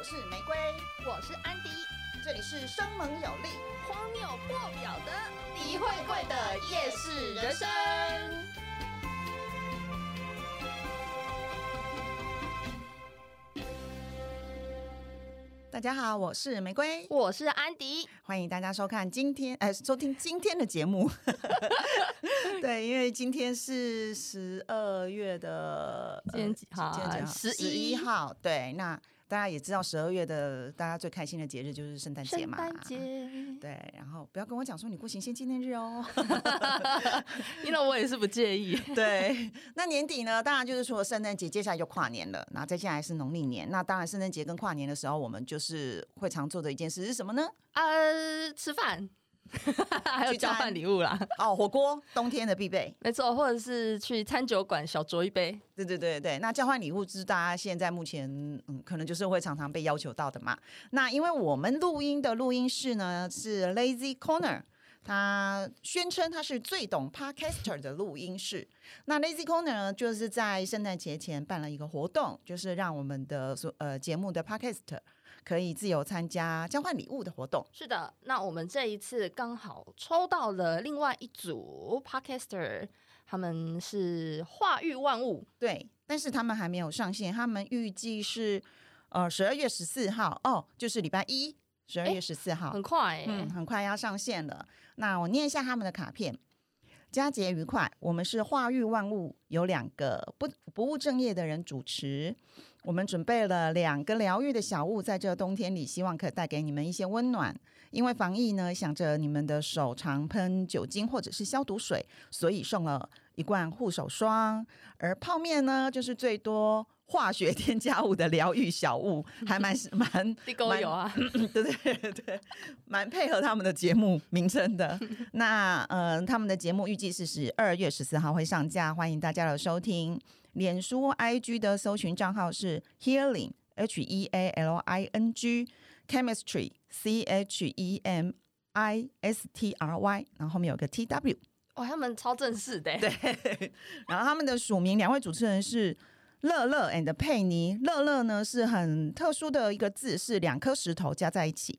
是玫瑰， 我是安迪， 这里是生猛有力、 荒谬破表的李慧贵的夜市人生。大家好，我是玫瑰， 我是安迪， 欢迎大家收听今天的节目。对，因为今天是12月的今天几号 ？11号。对，那大家也知道12月的大家最开心的节日就是圣诞节嘛。 圣诞节。 对，然后不要跟我讲说你过行宪纪念日哦。 因为我也是不介意。 对，那年底呢，当然就是除了圣诞节，接下来就跨年了，那接下来是农历年。那当然圣诞节跟跨年的时候，我们就是会常做的一件事是什么呢？ 吃饭。还有交换礼物啦。 火锅冬天的必备， 没错，或者是去餐酒馆小酌一杯。 对，那交换礼物是大家现在目前可能就是会常常被要求到的嘛。那因为我们录音的录音室呢是 Lazy Corner， 他宣称他是最懂 Podcaster 的录音室。那 Lazy Corner 呢，就是在圣诞节前办了一个活动，就是让我们的节目的 Podcaster 可以自由参加交换礼物的活动。 是的，那我们这一次刚好抽到了另外一组 Podcaster， 他们是化育万物。 对，但是他们还没有上线，他们预计是12月14号就是礼拜一，12月14号， 很快很快要上线了。那我念一下他们的卡片。佳节愉快，我们是化育万物，有2个不务正业的人主持。我们准备了2个疗愈的小物，在这冬天里，希望可以带给你们一些温暖。因为防疫呢，想着你们的手常喷酒精或者是消毒水，所以送了1罐护手霜。而泡面呢，就是最多化学添加物的疗愈小物，还蛮地沟油啊。 对，蛮配合他们的节目名称的。那他们的节目预计是12月14号会上架，欢迎大家的收听。脸书 IG 的搜寻账号是 Healing HEALING Chemistry CHEMISTRY， 然后后面有个 TW。 哇，他们超正式的。 对，然后他们的署名2位主持人是乐乐 and 佩妮。乐乐呢是很特殊的一个字，是2颗石头加在一起。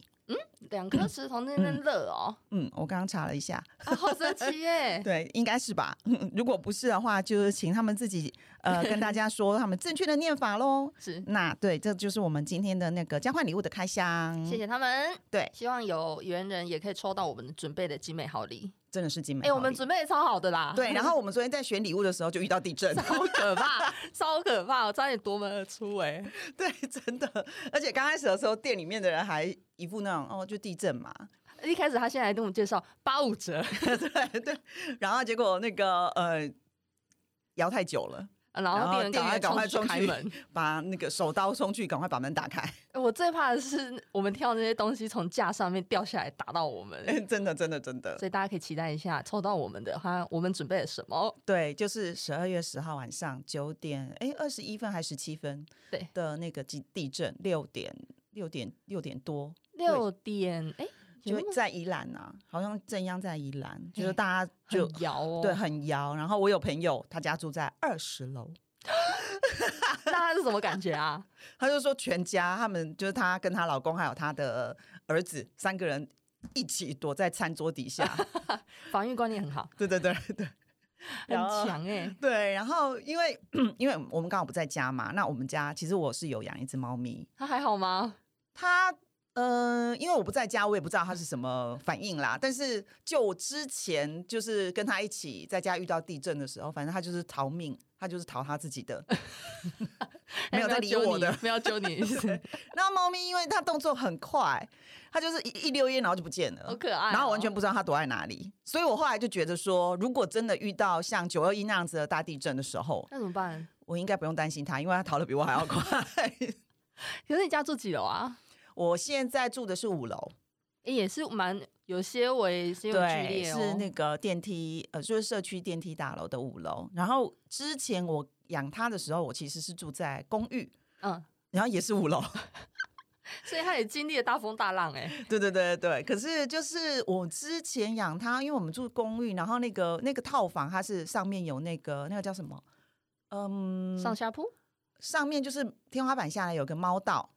2颗石头那边乐哦。 我刚刚查了一下。 好神奇耶。 对，应该是吧。如果不是的话，就是请他们自己跟大家说他们正确的念法咯。 是， 那对，这就是我们今天的那个交换礼物的开箱。 谢谢他们。 对， 希望有缘人也可以抽到我们准备的精美好礼。 真的是精美好礼。 我们准备的超好的啦。 对，然后我们昨天在选礼物的时候就遇到地震， 超可怕，超可怕，我差点夺门而出。 对，真的。而且刚开始的时候，店里面的人还一副那种就地震嘛。 一开始他现在来跟我们介绍85折。 对，然后结果那个摇太久了。然后店员赶快冲去把那个手刀冲去赶快把门打开。 我最怕的是我们挑那些东西从架上面掉下来打到我们。 真的。 所以大家可以期待一下抽到我们的话，我们准备了什么。 对，就是12月10号晚上9点21分还是17分的那个地震，6点多 6点就在宜兰啊，好像正央在宜兰，就是大家就很摇哦。 对，很摇。然后我有朋友他家住在20楼。 那他是什么感觉啊？ 他就说全家他们就是他跟她老公还有他的儿子3个人一起躲在餐桌底下。 防御观念很好。 对， 很强对，然后因为我们刚好不在家嘛，那我们家其实我是有养一只猫咪。 他还好吗？ 他因为我不在家，我也不知道他是什么反应啦。但是就我之前就是跟他一起在家遇到地震的时候，反正他就是逃命，他就是逃他自己的。没有在理我的， 没有揪你。 那猫咪因为它动作很快，它就是一溜烟然后就不见了， 好可爱然后完全不知道它躲在哪里。所以我后来就觉得说，如果真的遇到像921那样子的大地震的时候， 那怎么办？ 我应该不用担心它，因为它逃得比我还要快。 可是你家住几楼啊？ 我现在住的是5楼。 也是蛮有些微是有剧烈是那个电梯就是社区电梯大楼的5楼。然后之前我养它的时候，我其实是住在公寓，然后也是5楼。 所以它也经历了大风大浪。 对。可是就是我之前养它，因为我们住公寓，然后那个套房它是上面有那个叫什么上下铺， 上面就是天花板下来有个猫道。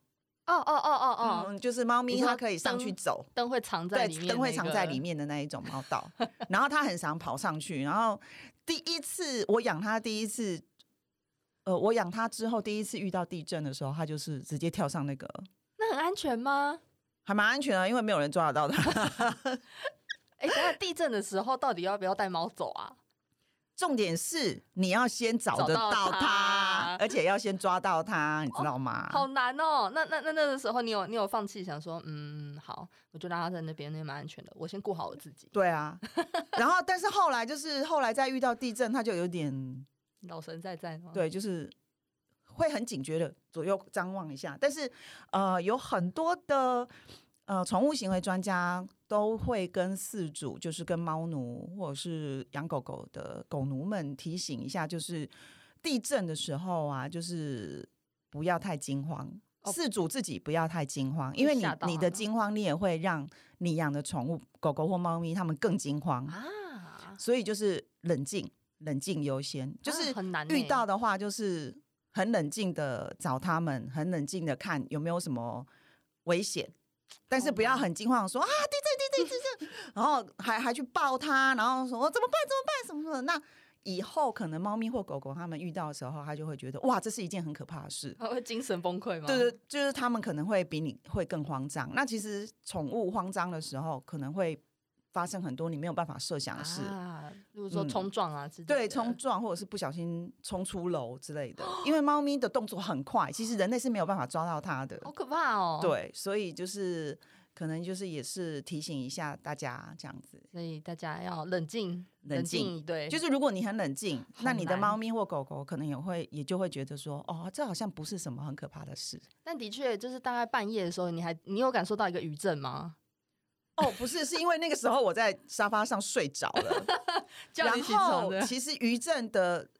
就是猫咪它可以上去走， 灯会藏在里面、 对，灯会藏在里面的那一种猫道。然后它很常跑上去，然后第一次我养它，我养它之后第一次遇到地震的时候，它就是直接跳上那个。 那很安全吗？ 还蛮安全的，因为没有人抓得到它。 等下地震的时候到底要不要带猫走啊？ 重点是你要先找得到它，而且要先抓到它，你知道吗？ 好难哦。那个时候你有放弃，想说好，我就让它在那边，那蛮安全的，我先顾好我自己。 对啊。然后但是后来再遇到地震，它就有点老神在在吗？ 对，就是会很警觉的左右张望一下。但是有很多的宠物行为专家都会跟饲主，就是跟猫奴或者是养狗狗的狗奴们提醒一下，就是地震的时候啊，就是不要太惊慌。饲主自己不要太惊慌，因为你的惊慌，你也会让你养的宠物狗狗或猫咪它们更惊慌啊。所以就是冷静优先，就是遇到的话就是很冷静的找他们，很冷静的看有没有什么危险。但是不要很惊慌说地震，然后还去抱它，然后说怎么办什么的。那以后可能猫咪或狗狗他们遇到的时候，他就会觉得哇，这是一件很可怕的事， 他会精神崩溃吗？ 对，就是他们可能会比你会更慌张。那其实宠物慌张的时候，可能会发生很多你没有办法设想的事比如说冲撞啊之类的。 对，冲撞或者是不小心冲出楼之类的。因为猫咪的动作很快，其实人类是没有办法抓到它的， 好可怕哦。 对，所以就是可能就是也是提醒一下大家这样子。 所以大家要冷静对， 就是如果你很冷静，那你的猫咪或狗狗可能也就会觉得说，这好像不是什么很可怕的事。 但的确就是大概半夜的时候，你有感受到一个余震吗？ 不是，是因为那个时候我在沙发上睡着了， 叫你起床的。 然后其实余震的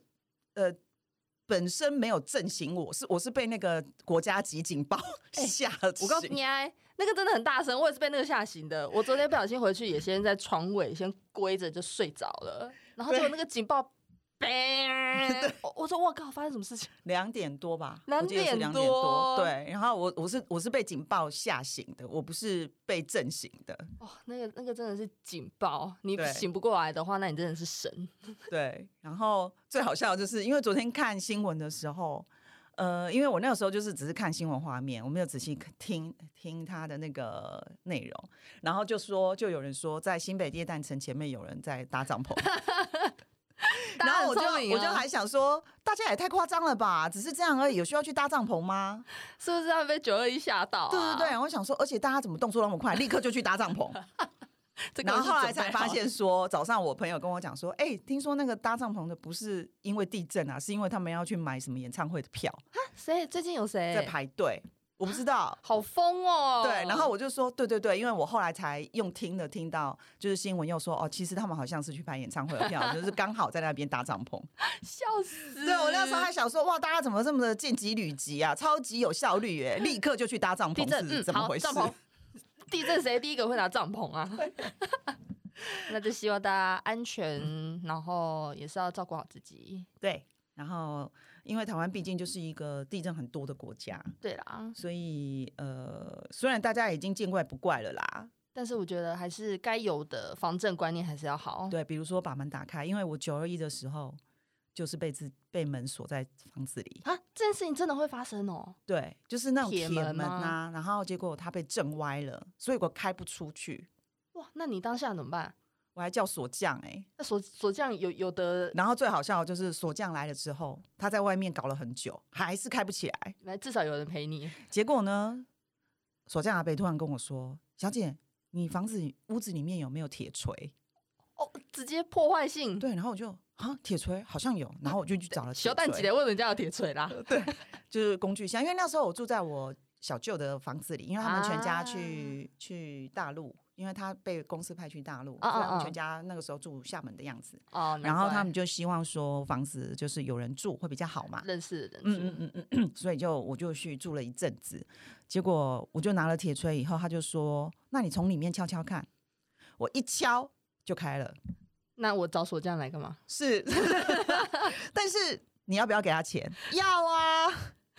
本身没有震醒我是被那个国家级警报吓醒。 我告诉你那个真的很大声，我也是被那个吓醒的。我昨天不小心回去也先在床尾先归着就睡着了，然后结果那个警报我说我靠，发生什么事情 ？2点多吧 ，2点多， 对。然后我是被警报吓醒的，我不是被震醒的。 那个真的是警报，你醒不过来的话，那你真的是神。 对，然后最好笑的就是因为昨天看新闻的时候，因为我那个时候就是只是看新闻画面，我没有仔细听他的那个内容，然后就有人说在新北耶诞城前面有人在搭帐篷。然后我就还想说，大家也太夸张了吧，只是这样而已，有需要去搭帐篷吗？ 是不是要被921吓到对，我想说，而且大家怎么动作那么快，立刻就去搭帐篷。然后后来才发现说，早上我朋友跟我讲说，听说那个搭帐篷的不是因为地震啊，是因为他们要去买什么演唱会的票。 谁？最近有谁在排队？我不知道， 好疯哦。 对，然后我就说对，因为我后来才用听到，就是新闻又说其实他们好像是去排演唱会的票，就是刚好在那边搭帐篷。 笑死！ 对，我那时候还想说，哇，大家怎么这么的见机履急啊，超级有效率耶，立刻就去搭帐篷。 地震是怎么回事？ 帐篷，地震谁第一个会拿帐篷啊？那就希望大家安全，然后也是要照顾好自己。 对，然后因为台湾毕竟就是一个地震很多的国家， 对啦， 所以虽然大家已经见怪不怪了啦， 但是我觉得还是该有的防震观念还是要好。 对，比如说把门打开，因为我921的时候就是被门锁在房子里啊，这件事情真的会发生哦。 对，就是那种铁门吗啊，然后结果它被震歪了，所以我开不出去。 哇，那你当下怎么办？ 我还叫锁匠那锁匠有的， 然后最好笑的就是锁匠来了之后，他在外面搞了很久，还是开不起来。 至少有人陪你。 结果呢，锁匠阿伯突然跟我说：“小姐，你屋子里面有没有铁锤？” 直接破坏性。 对，然后我就铁锤好像有，然后我就去找了铁锤。 小蛋几来问人家有铁锤啦。 对，就是工具箱，因为那时候我住在我小舅的房子里，因为他们全家去大陆。因为他被公司派去大陆，所以他们全家那个时候住厦门的样子。然后他们就希望说房子就是有人住会比较好嘛， 认识的人住。所以我就去住了一阵子。结果我就拿了铁锤以后，他就说：“那你从里面敲敲看。”我一敲就开了。 那我找锁匠来干嘛？ 是，但是你要不要给他钱？要啊。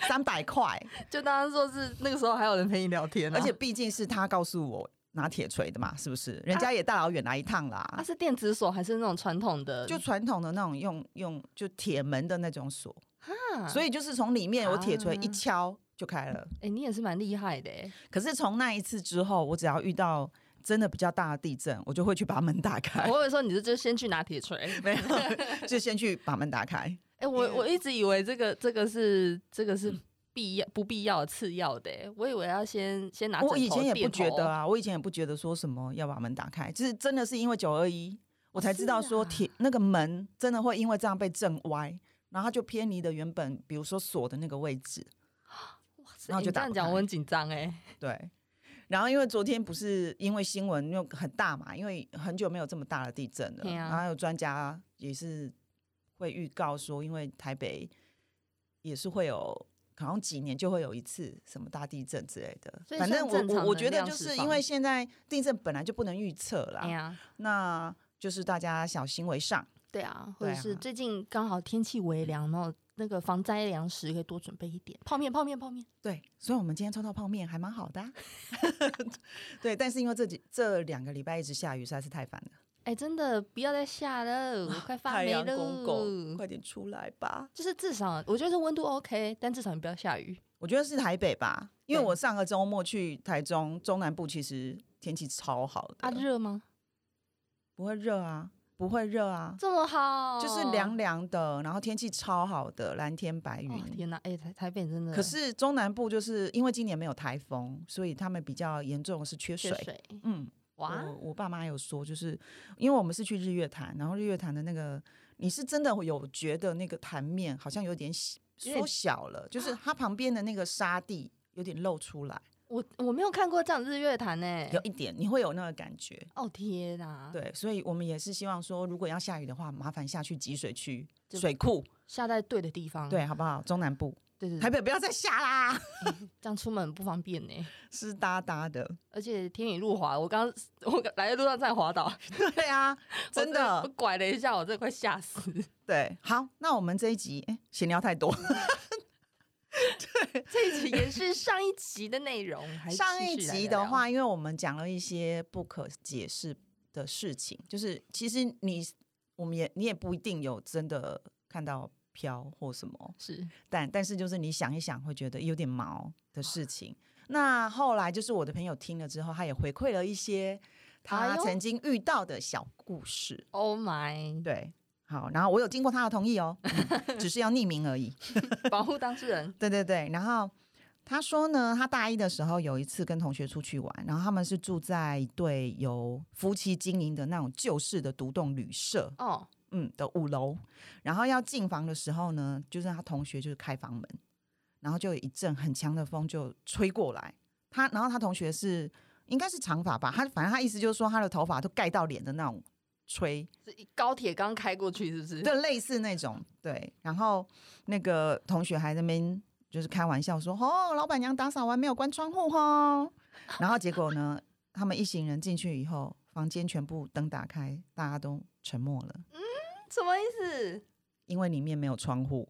300块， 就当做是那个时候还有人陪你聊天、啊， 而且毕竟是他告诉我拿铁锤的嘛，是不是？人家也大老远来一趟啦。 它是电子锁还是那种传统的？ 就传统的那种用就铁门的那种锁， 啊， 所以就是从里面我铁锤一敲就开了。 你也是蛮厉害的可是从那一次之后，我只要遇到真的比较大的地震，我就会去把门打开。 我以为说你就先去拿铁锤， 没有，就先去把门打开。 我一直以为这个是不必要的次要的，我以为要先拿枕头。 我以前也不觉得啊，我以前也不觉得说什么要把门打开，就是真的是因为921，我才知道说那个门真的会因为这样被震歪，然后它就偏离的原本比如说锁的那个位置，然后就打不开。 你这样讲我很紧张对。然后因为昨天不是因为新闻又很大嘛，因为很久没有这么大的地震了，然后有专家也是会预告说，因为台北也是会有好像几年就会有一次什么大地震之类的。反正我觉得就是因为现在地震本来就不能预测啦，那就是大家小心为上。 对啊，或者是最近刚好天气微凉，然后那个防灾粮食可以多准备一点，泡面。 对，所以我们今天抽到泡面还蛮好的啊。对，但是因为这2个礼拜一直下雨，实在是太烦了。 真的不要再下了，快发霉了。 太阳公公，快点出来吧！ 就是至少我觉得是温度 OK， 但至少你不要下雨。 我觉得是台北吧，因为我上个周末去台中南部，其实天气超好的。 热吗？ 不会热啊。不会热啊， 这么好， 就是凉凉的，然后天气超好的，蓝天白云。 天哪，台北真的。 可是中南部就是因为今年没有台风，所以他们比较严重的是缺水。 哇， 我爸妈有说，就是因为我们是去日月潭，然后日月潭的那个，你是真的有觉得那个潭面好像有点缩小了，就是它旁边的那个沙地有点露出来。 我没有看过这样日月潭有一点你会有那个感觉。 天哪！ 对，所以我们也是希望说，如果要下雨的话，麻烦下去集水区水库， 下在对的地方， 对，好不好？中南部， 对， 台北不要再下啦， 这样出门很不方便呢， 湿哒哒的， 而且天雨路滑，我来的路上在滑倒， 对啊，真的， 我拐了一下，我真的快吓死。 对，好，那我们这一集闲聊太多。 对，这一集也是上一集的内容。 上一集的话，因为我们讲了一些不可解释的事情，就是其实你也不一定有真的看到飘或什么， 是， 但是就是你想一想会觉得有点毛的事情。那后来就是我的朋友听了之后，他也回馈了一些他曾经遇到的小故事。 Oh my， 对。好，然后我有经过他的同意哦，只是要匿名而已， 保护当事人。 对对对，然后他说呢，他大一的时候有一次跟同学出去玩，然后他们是住在一对由夫妻经营的那种旧式的独栋旅社，的5楼，然后要进房的时候呢，就是他同学就是开房门，然后就有一阵很强的风就吹过来，然后他同学应该是长发吧，反正他意思就是说他的头发都盖到脸的那种。吹高铁刚开过去是不是？ 对，类似那种。对，然后那个同学还在那边就是开玩笑说：“老板娘打扫完没有关窗户哦。”然后结果呢，他们一行人进去以后，房间全部灯打开，大家都沉默了。 什么意思？ 因为里面没有窗户。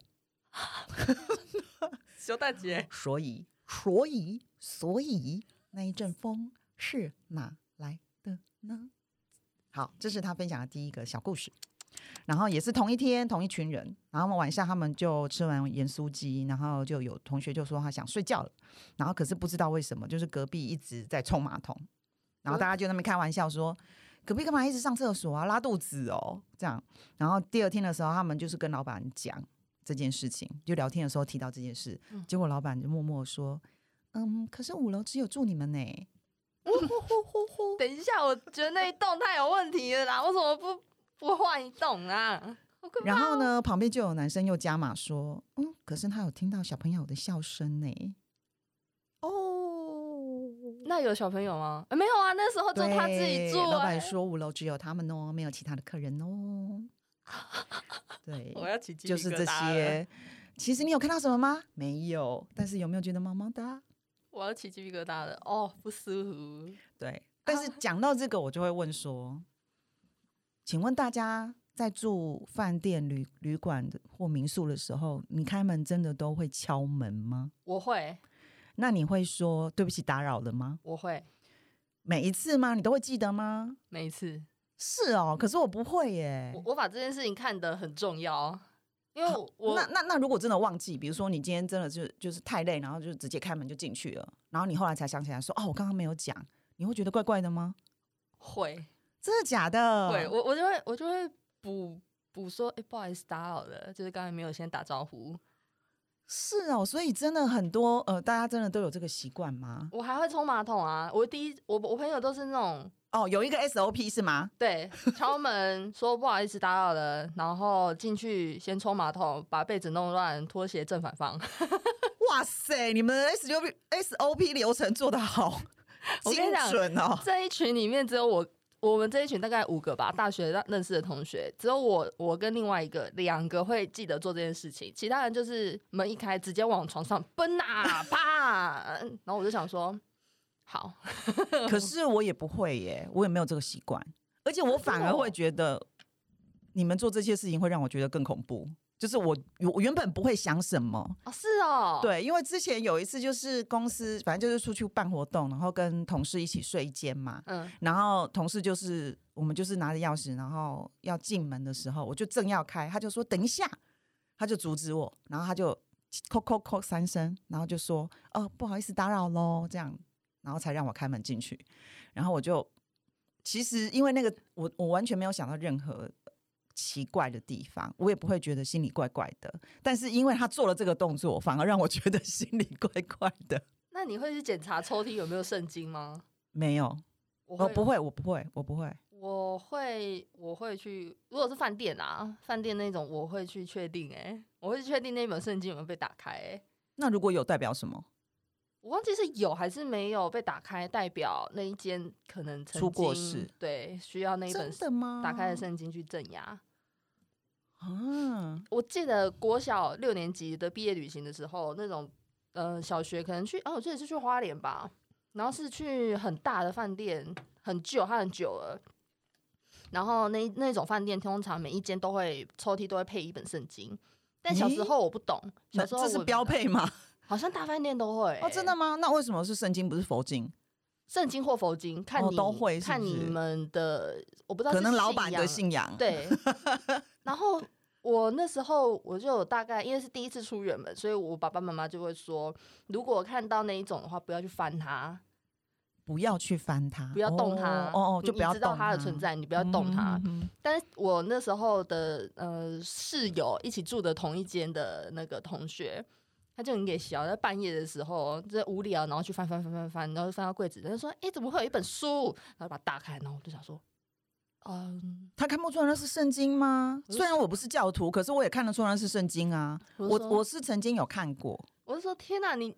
小大姐， 所以那一阵风是哪来的呢？好，这是他分享的第一个小故事。然后也是同一天同一群人，然后晚上他们就吃完盐酥鸡，然后就有同学就说他想睡觉了，然后可是不知道为什么就是隔壁一直在冲马桶，然后大家就在那边开玩笑说隔壁干嘛一直上厕所啊，拉肚子哦这样。然后第二天的时候他们就是跟老板讲这件事情，就聊天的时候提到这件事，结果老板就默默说可是5楼只有住你们呢。 等一下，我觉得那一栋太有问题了啦，为什么不换一栋啊？ 然后呢，旁边就有男生又加码说，可是他有听到小朋友的笑声呢。 那有小朋友吗？没有啊，那时候就他自己住。 老板说5楼只有他们哦，没有其他的客人哦。对， 我要起鸡皮疙瘩了。 就是这些。其实你有看到什么吗？没有，但是有没有觉得毛毛的？ 我要起鸡皮疙瘩了，不舒服。 对，但是讲到这个，我就会问说，请问大家在住饭店、旅馆或民宿的时候，你开门真的都会敲门吗？ 我会。 那你会说对不起打扰了吗？ 我会。 每一次吗？你都会记得吗？ 每一次。 是哦，可是我不会耶。 我把这件事情看得很重要，因为我那如果真的忘记，比如说你今天真的就是太累，然后就直接开门就进去了，然后你后来才想起来说哦，我刚刚没有讲，你会觉得怪怪的吗？ 会。 真的假的？ 会，我就会补说，不好意思打扰了，就是刚才没有先打招呼。 是哦，所以真的很多大家真的都有这个习惯吗？ 我还会冲马桶啊！我朋友都是那种有一个 SOP 是吗？ 对，敲门说不好意思打扰了，然后进去先冲马桶，把被子弄乱，拖鞋正反放。 哇塞，你们的 SOP 流程做得好精准哦！ 这一群里面只有我们这一群大概5个吧，大学认识的同学，只有我跟另外2个会记得做这件事情，其他人就是门一开直接往床上奔啊啪，然后我就想说好。 可是我也不会耶，我也没有这个习惯，而且我反而会觉得你们做这些事情会让我觉得更恐怖。就是我原本不会想什么是哦， 对，因为之前有一次就是公司反正就是出去办活动，然后跟同事一起睡一间嘛，然后同事就是我们就是拿着钥匙，然后要进门的时候，我就正要开，他就说等一下，他就阻止我，然后他就叩叩叩3声，然后就说不好意思打扰咯，这样，然后才让我开门进去，然后我就其实因为那个我完全没有想到任何奇怪的地方，我也不会觉得心里怪怪的，但是因为他做了这个动作，反而让我觉得心里怪怪的。 那你会去检查抽屉有没有圣经吗？ 没有，我不会。 我会去，如果是饭店那种，我会去确定我会去确定那本圣经有没有被打开那如果有代表什么？ 我忘记是有还是没有被打开，代表那一间可能曾经出过事， 对，需要那一本打开的圣经去镇压。我记得国小6年级的毕业旅行的时候，那种小学可能去我记得是去花莲吧，然后是去很大的饭店，很旧，它很久了。然后那种饭店通常每一间都会抽屉都会配一本圣经，但小时候我不懂，小时候这是标配吗？ 好像大饭店都会真的吗？那为什么是圣经不是佛经？ 圣经或佛经，看你、 都会是不是看你们的，我不知道可能老板的信仰。 对，然后我那时候我就有大概，因为是第一次出远门，所以我爸爸妈妈就会说，如果看到那一种的话，不要去翻它， 不要去翻它， 不要动它。 就不要动它， 你知道它的存在，你不要动它。但是我那时候的室友一起住的同一间的那个同学。他就很给小，在半夜的时候，就无聊，然后去翻，然后就翻到柜子，他就说：“怎么会有一本书？”然后把它打开，然后我就想说：“ 他看不出来那是圣经吗？虽然我不是教徒，可是我也看得出来那是圣经啊。我是曾经有看过。 我就说：“天哪，你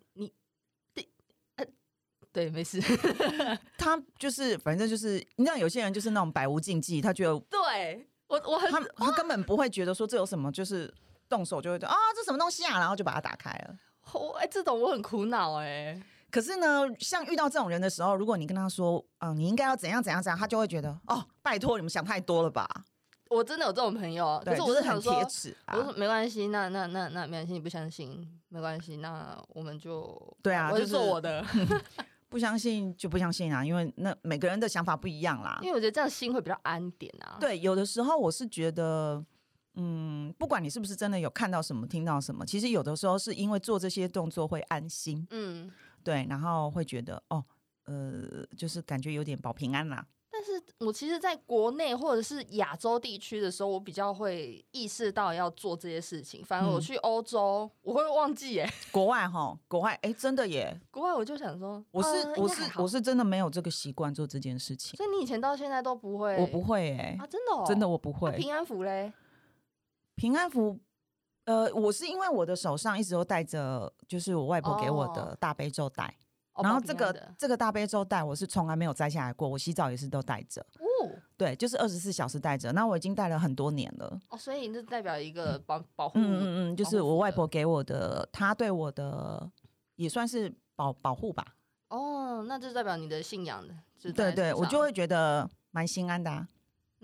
对，没事。” 他就是反正就是，你知道有些人就是那种百无禁忌，他觉得对他根本不会觉得说这有什么，就是。动手就会觉得这什么东西啊，然后就把它打开了。 这种我很苦恼可是呢，像遇到这种人的时候，如果你跟他说你应该要怎样，他就会觉得拜托你们想太多了吧。 我真的有这种朋友，可是我是很铁齿。 我说没关系，那没关系，你不相信没关系，那我们就对啊， 我就做我的。 不相信就不相信啊，因为那每个人的想法不一样啦。 因为我觉得这样心会比较安点啊。 对，有的时候我是觉得。不管你是不是真的有看到什么、听到什么，其实有的时候是因为做这些动作会安心，对，然后会觉得就是感觉有点保平安啦。 但是我其实在国内或者是亚洲地区的时候，我比较会意识到要做这些事情，反而我去欧洲，我会忘记国外真的耶， 国外我就想说， 我是真的没有这个习惯做这件事情。 所以你以前到现在都不会？ 我不会真的真的我不会。 平安符嘞？ 平安符，我是因为我的手上一直都带着，就是我外婆给我的大悲咒带，然后这个大悲咒带我是从来没有摘下来过，我洗澡也是都带着。对，就是24小时带着，那我已经带了很多年了。 所以这代表一个保护， 就是我外婆给我的，她对我的也算是保护吧。 那就代表你的信仰的， 对，我就会觉得蛮心安的啊。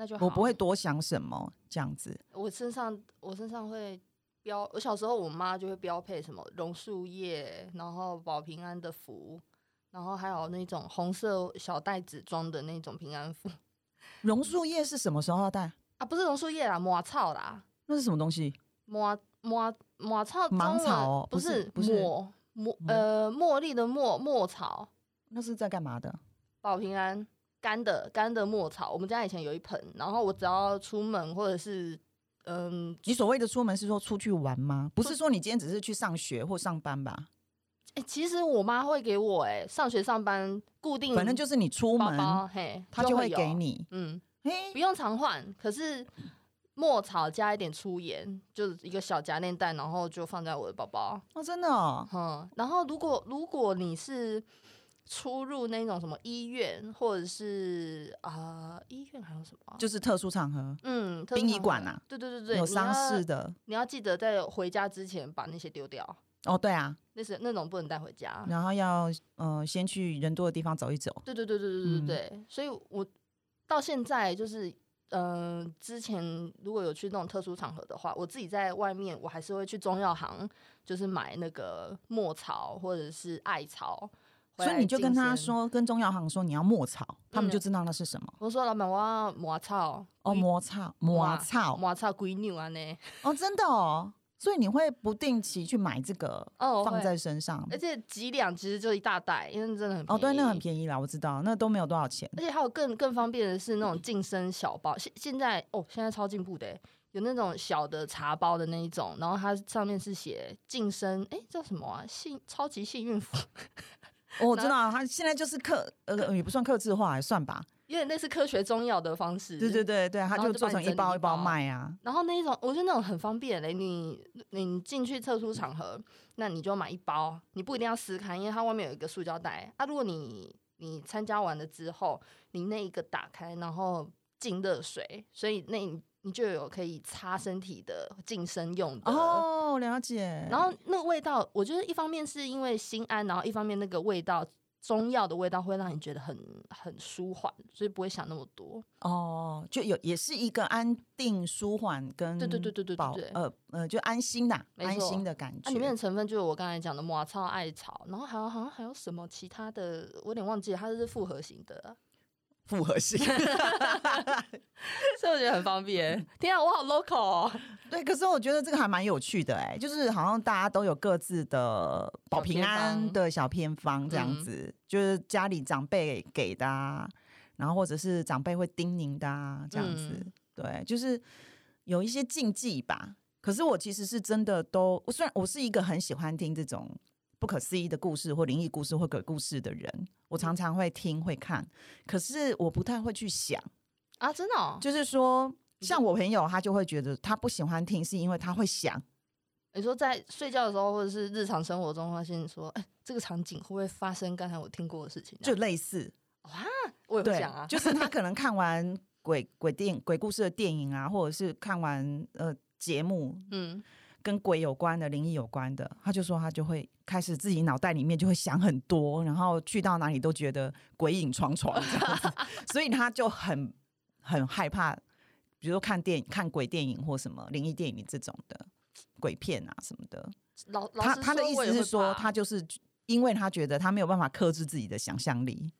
那就好。 我不会多想什么这样子。 我身上会标，我小时候我妈就会标配什么榕树叶，然后保平安的符，然后还有那种红色小袋子装的那种平安符。 榕树叶是什么时候要带啊？不是榕树叶啦，抹草啦。 那是什么东西？ 抹草， 芒草哦， 不是茉莉的墨草。 那是在干嘛的？ 保平安，干的墨草。我们家以前有一盆，然后我只要出门或者是你所谓的出门是说出去玩吗？不是说你今天只是去上学或上班吧？ 其实我妈会给我上学上班固定， 反正就是你出门，她就会给你， 不用常换。可是墨草加一点粗盐，就是一个小夹链袋，然后就放在我的包包。 哦，真的哦。 然后如果你是出入那种什么医院，或者是医院还有什么？ 就是特殊场合，殡仪馆啊， 对对对对， 有丧事的， 你要记得在回家之前把那些丢掉。 哦，对啊， 那种不能带回家， 然后要先去人多的地方走一走。 对对对对对对对，所以我到现在就是之前如果有去那种特殊场合的话，我自己在外面我还是会去中药行，就是买那个墨草或者是艾草。 所以你就跟他说，跟中药行说你要墨草，他们就知道那是什么。 我说老板，我要抹草。 哦，抹草龟牛啊呢？ 哦，真的哦。所以你会不定期去买这个放在身上， 而且几两其实就一大袋，因为真的很便宜。 对，那很便宜啦，我知道，那都没有多少钱。 而且还有更方便的是那种净身小包，现在超进步的，有那种小的茶包的那一种，然后它上面是写净身，叫什么啊？超级幸运符。 我知道，它现在就是也不算客制化，还算吧。 有点类似科学中药的方式， 对对对对，它就做成一包一包卖啊。 然后那一种，我觉得那种很方便嘞。你进去特殊场合，那你就买一包，你不一定要撕开，因为它外面有一个塑胶袋啊。如果你参加完了之后，你那一个打开，然后浸热水，所以你就有可以擦身体的净身用的。 哦，了解。 然后那个味道，我觉得一方面是因为心安，然后一方面那个味道。中药的味道会让你觉得很舒缓，所以不会想那么多。 哦，也是一个安定、舒缓跟对， 就安心呐，安心的感觉。 里面的成分就是我刚才讲的抹草、艾草，然后好像还有什么其他的，我有点忘记了，它是复合型的。 复合型， 所以我觉得很方便。天啊，我好 local 哦。 对，可是我觉得这个还蛮有趣的就是好像大家都有各自的保平安的小偏方这样子，就是家里长辈给的然后或者是长辈会叮咛的这样子。对，就是有一些禁忌吧。可是我其实是真的虽然我是一个很喜欢听这种不可思议的故事或灵异故事或鬼故事的人，我常常会听会看，可是我不太会去想啊，真的就是说像我朋友他就会觉得他不喜欢听是因为他会想， 你说在睡觉的时候或者是日常生活中发现说这个场景会不会发生刚才我听过的事情就类似我也会想啊， 就是他可能看完鬼故事的电影或者是看完节目跟鬼有关的灵异有关的，他就说他就会开始自己脑袋里面就会想很多，然后去到哪里都觉得鬼影幢这样子所以他就很害怕，比如说看鬼电影或什么灵异电影这种的鬼片什么的。他的意思是说他就是因为他觉得他没有办法克制自己的想象力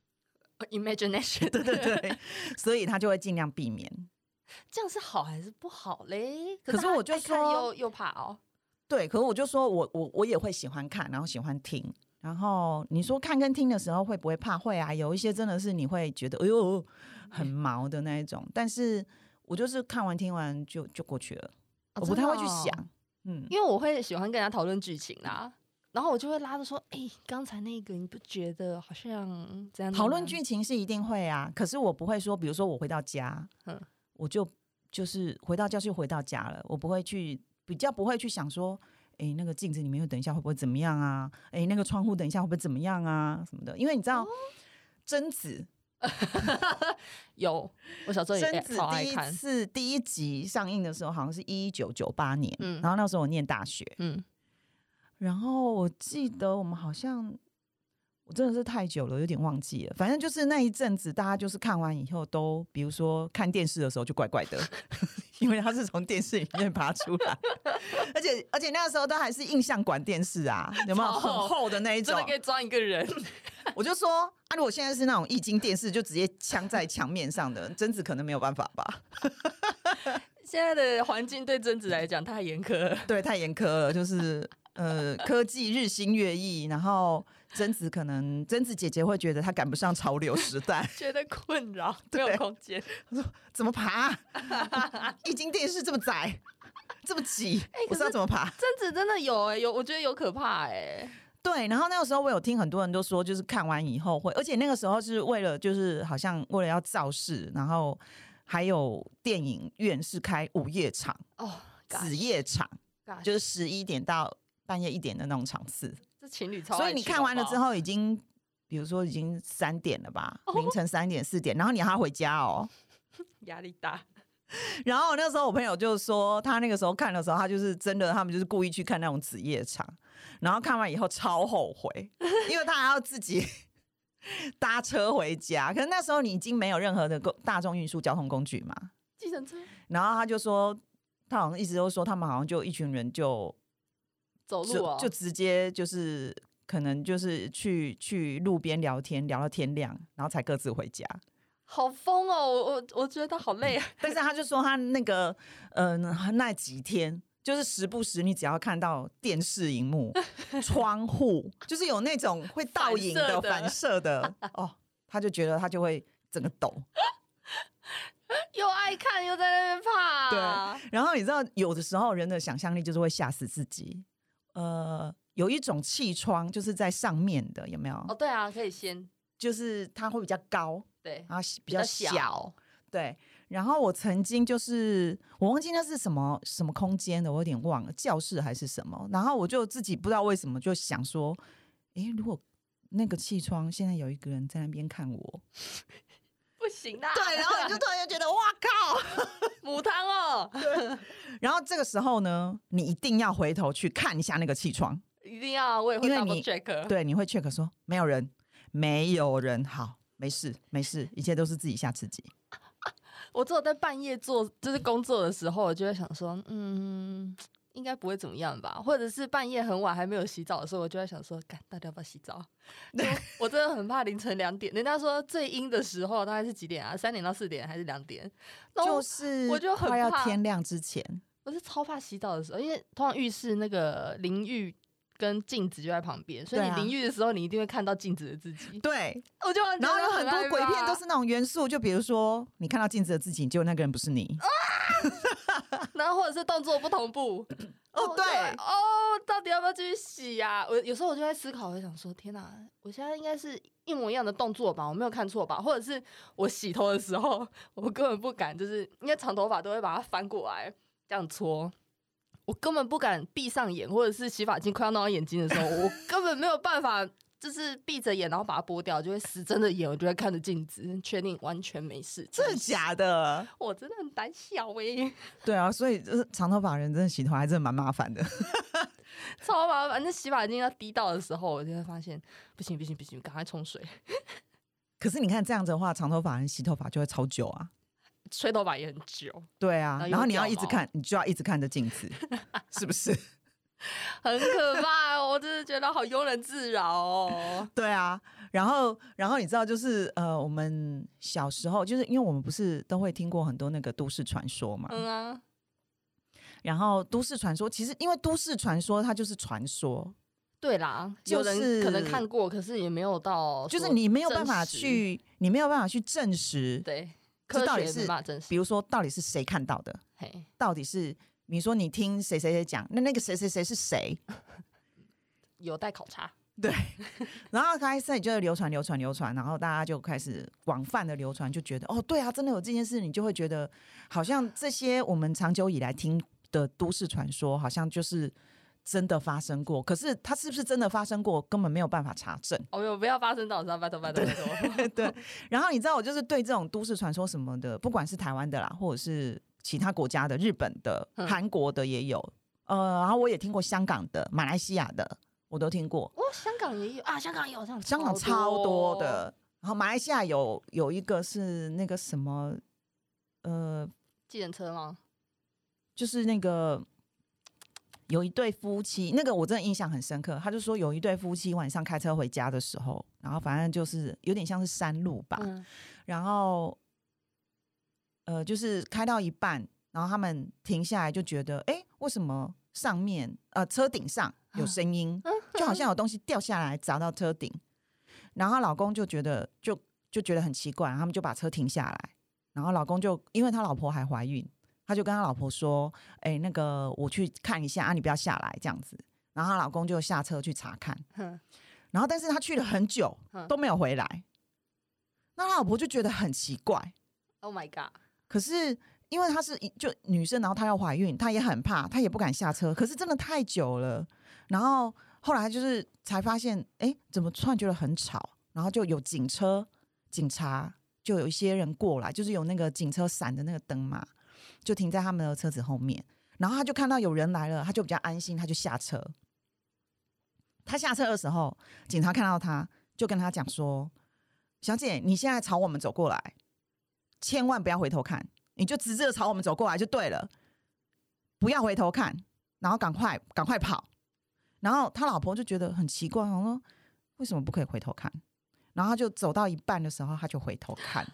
imagination 对对对所以他就会尽量避免。 这样是好还是不好嘞？ 可是我就说又怕对，可是我就说我也会喜欢看，然后喜欢听。然后你说看跟听的时候会不会怕？会有一些真的是你会觉得哎呦很毛的那一种，但是我就是看完听完就过去了，我不太会去想。 因为我会喜欢跟人家讨论剧情啦，然后我就会拉着说刚才那个你不觉得好像这样？ 讨论剧情是一定会可是我不会说比如说我回到家我就是回到家就回到家了，我不会去比较不会去想说那个镜子里面等一下会不会怎么样那个窗户等一下会不会怎么样什么的。因为你知道贞子有，我小时候也超爱看。 贞子第一集上映的时候好像是1998年然后那时候我念大学然后我记得我们好像我真的是太久了，有点忘记了。反正就是那一阵子，大家就是看完以后都，比如说看电视的时候就怪怪的，因为他是从电视里面爬出来，而且那个时候都还是映像管电视啊，有没有很厚的那一种， 真的可以装一个人。 我就说啊，如果现在是那种液晶电视，就直接镶在墙面上的，贞子可能没有办法吧。 现在的环境对贞子来讲太严苛了， 对，太严苛了，就是科技日新月异，然后贞子姐姐会觉得她赶不上潮流时代， 觉得困扰，没有空间。 她说怎么爬、液晶电视这么窄，这么挤，我知道怎么爬。 贞子真的有我觉得有可怕对，然后那个时候我有听很多人都说，就是看完以后会，而且那个时候是为了就是好像为了要造势，然后还有电影院是开午夜场子夜场，就是11点到半夜1点的那种场次。 这情侣超爱去， 所以你看完了之后已经，比如说已经3点了吧，凌晨3点4点，然后你还要回家哦， 压力大。 然后那时候我朋友就说，他那个时候看的时候，他就是真的，他们就是故意去看那种子夜场，然后看完以后超后悔，因为他还要自己搭车回家。可是那时候你已经没有任何的大众运输交通工具嘛， 计程车。 然后他就说，他好像一直都说，他们好像就一群人就走路就直接就是可能就是去路边聊天，聊到天亮，然后才各自回家。 好疯哦！我觉得好累啊。 但是他就说他那个那几天，就是时不时你只要看到电视荧幕、窗户，就是有那种会倒影的、反射的哦，他就觉得他就会整个抖。 又爱看又在那边怕。 对，然后你知道有的时候人的想象力就是会吓死自己。有一种气窗就是在上面的，有没有？ 哦，对啊，可以先， 就是它会比较高。 对， 然后比较小，对。然后我曾经就是我忘记那是什么空间的，我有点忘了，教室还是什么。然后我就自己不知道为什么就想说，如果那个气窗现在有一个人在那边看我， 不行啦。 对，然后你就突然就觉得哇靠， 母汤哦。 对。然后这个时候呢，你一定要回头去看一下那个气窗， 一定要，我也会 double check。 对，你会 check 说没有人，好。没事，一切都是自己吓自己。 我只有在半夜就是工作的时候，我就会想说，应该不会怎么样吧？或者是半夜很晚还没有洗澡的时候，我就会想说，干，到底要不要洗澡？我真的很怕凌晨2点。人家说最阴的时候大概是几点啊？3点到4点还是2点？ 就是我就很怕快要天亮之前。 我是超怕洗澡的时候，因为通常浴室那个淋浴跟镜子就在旁边，所以你淋浴的时候，你一定会看到镜子的自己。 对， 我就然后有很多鬼片都是那种元素，就比如说你看到镜子的自己，结果那个人不是你， 然后或者是动作不同步。 哦，对， 到底要不要继续洗呀？有时候我就在思考，我就想说，天哪，我现在应该是一模一样的动作吧？我没有看错吧？或者是我洗头的时候，我根本不敢，就是因为长头发都会把它翻过来这样搓。我根本不敢闭上眼，或者是洗发精快要弄到眼睛的时候，我根本没有办法，就是闭着眼然后把它拨掉，就会死睁着眼，我就会看着镜子，确定完全没事。 真的假的？ 我真的很胆小对啊，所以长头发人真的洗头还真的蛮麻烦的， 超麻烦。那洗发精要滴到的时候，我就会发现不行，赶快冲水。 可是你看这样子的话，长头发人洗头发就会超久啊。 吹头发也很久， 对啊，然后你要一直看，你就要一直看着镜子，是不是？ 很可怕，我真的觉得好庸人自扰哦。 对啊，然后你知道，就是我们小时候，就是因为我们不是都会听过很多那个都市传说嘛，然后都市传说其实因为都市传说它就是传说， 对啦，有人可能看过，可是也没有到， 就是你没有办法去证实， 对。 这到底是，比如说，到底是谁看到的？到底是你说你听谁讲，那个谁是谁？ 有待考察。 对，然后开始就流传，然后大家就开始广泛的流传，就觉得哦，对啊，真的有这件事，你就会觉得好像这些我们长久以来听的都市传说，好像就是真的发生过，可是它是不是真的发生过，根本没有办法查证。 不要发生到我拜托。 对，然后你知道我就是对这种都市传说什么的，不管是台湾的啦，或者是其他国家的，日本的、韩国的也有，然后我也听过香港的、马来西亚的， 我都听过。 哦，香港也有啊，香港也有这样， 香港超多的。然后马来西亚有一个是那个什么， 计程车吗？ 就是那个有一对夫妻，那个我真的印象很深刻。他就说有一对夫妻晚上开车回家的时候，然后反正就是有点像是山路吧，然后就是开到一半，然后他们停下来就觉得，为什么上面车顶上有声音，就好像有东西掉下来砸到车顶。然后老公就觉得就觉得很奇怪，他们就把车停下来，然后老公就因为他老婆还怀孕，他就跟他老婆说：“那个我去看一下啊，你不要下来这样子。”然后他老公就下车去查看，然后但是他去了很久都没有回来，那他老婆就觉得很奇怪。 Oh my god！ 可是因为她是就女生，然后她要怀孕，她也很怕，她也不敢下车。可是真的太久了，然后后来就是才发现，怎么突然觉得很吵？然后就有警察，就有一些人过来，就是有那个警车闪的那个灯嘛，就停在他们的车子后面。然后他就看到有人来了，他就比较安心，他就下车。他下车的时候，警察看到他，就跟他讲说：“小姐，你现在朝我们走过来，千万不要回头看，你就直直的朝我们走过来就对了，不要回头看，然后赶快跑。”然后他老婆就觉得很奇怪，我说为什么不可以回头看？然后他就走到一半的时候，他就回头看，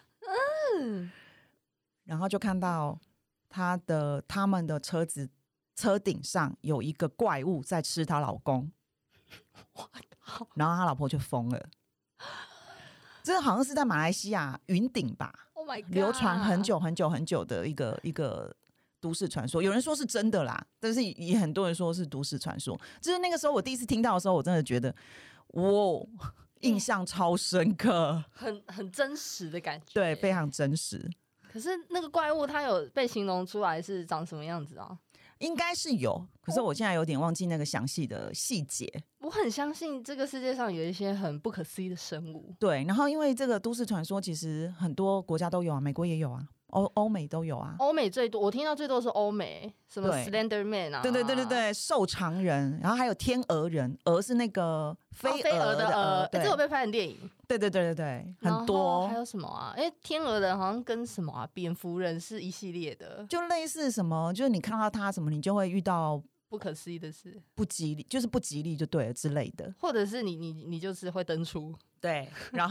然后就看到他们的车子车顶上有一个怪物在吃她老公，然后他老婆就疯了。这好像是在马来西亚云顶吧， Oh my god， 流传很久很久很久的一个都市传说，有人说是真的啦，但是也很多人说是都市传说。就是那个时候我第一次听到的时候，我真的觉得印象超深刻， 很真实的感觉， 对，非常真实。 可是那个怪物它有被形容出来是长什么样子啊？ 应该是有，可是我现在有点忘记那个详细的细节。 我很相信这个世界上有一些很不可思议的生物。 对，然后因为这个都市传说其实很多国家都有啊，美国也有啊，欧美都有啊。 欧美最多，我听到最多是欧美，什么 Slender Man 啊， 对，瘦长人，然后还有天鹅人，鹅是那个飞蛾的鹅，这有被拍成电影。 对，很多。 还有什么啊？天鹅人好像跟什么啊，蝙蝠人是一系列的， 就类似什么，就是你看到他什么，你就会遇到不可思议的事， 不吉利，就是不吉利就对了之类的， 或者是你就是会登出。 对，然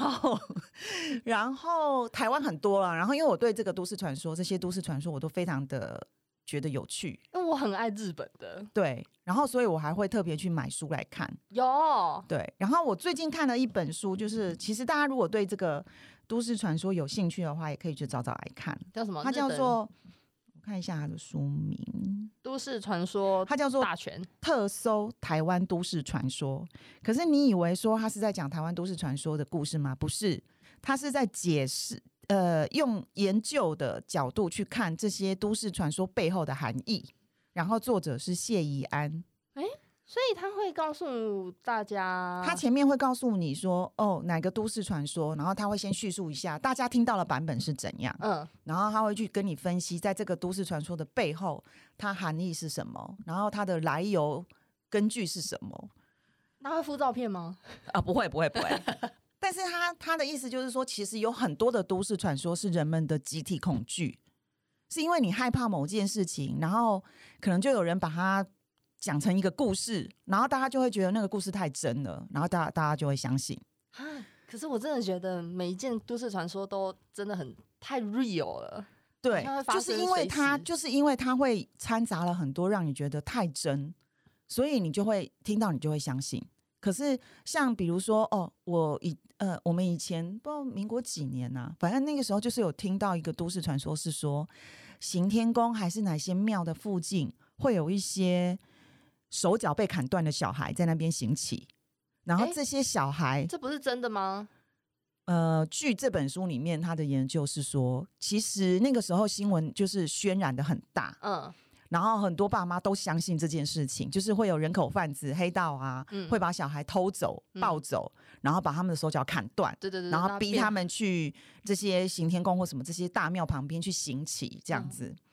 后台湾很多了，然后因为我对这个都市传说，这些都市传说我都非常的觉得有趣， 因为我很爱日本的， 对，然后所以我还会特别去买书来看。 有， 对，然后我最近看了一本书，就是其实大家如果对这个都市传说有兴趣的话，也可以去找找来看。 叫什么？ 它叫做，我看一下它的书名， 都市传说， 它叫做大全特搜台湾都市传说。可是你以为说它是在讲台湾都市传说的故事吗？不是，它是在解释用研究的角度去看这些都市传说背后的含义。然后作者是谢宜安， 所以他会告诉大家， 他前面会告诉你说，哪个都市传说，然后他会先叙述一下大家听到的版本是怎样，然后他会去跟你分析，在这个都市传说的背后，它含义是什么，然后它的来由根据是什么。 他会附照片吗？ 不会。但是他的意思就是说，其实有很多的都市传说是人们的集体恐惧，是因为你害怕某件事情，然后可能就有人把它讲成一个故事，然后大家就会觉得那个故事太真了，然后大家就会相信。 可是我真的觉得每一件都市传说都真的太 real 了。 对，就是因为它会掺杂了很多让你觉得太真，所以你就会听到，你就会相信。可是像比如说我们以前不知道民国几年啊，反正那个时候就是有听到一个都市传说，是说行天宫还是哪些庙的附近会有一些手脚被砍断的小孩在那边行乞，然后这些小孩， 这不是真的吗？ 据这本书里面他的研究是说，其实那个时候新闻就是渲染的很大，然后很多爸妈都相信这件事情，就是会有人口贩子、黑道啊，会把小孩偷走、抱走，然后把他们的手脚砍断， 对， 然后逼他们去这些行天宫或什么这些大庙旁边去行乞，这样子。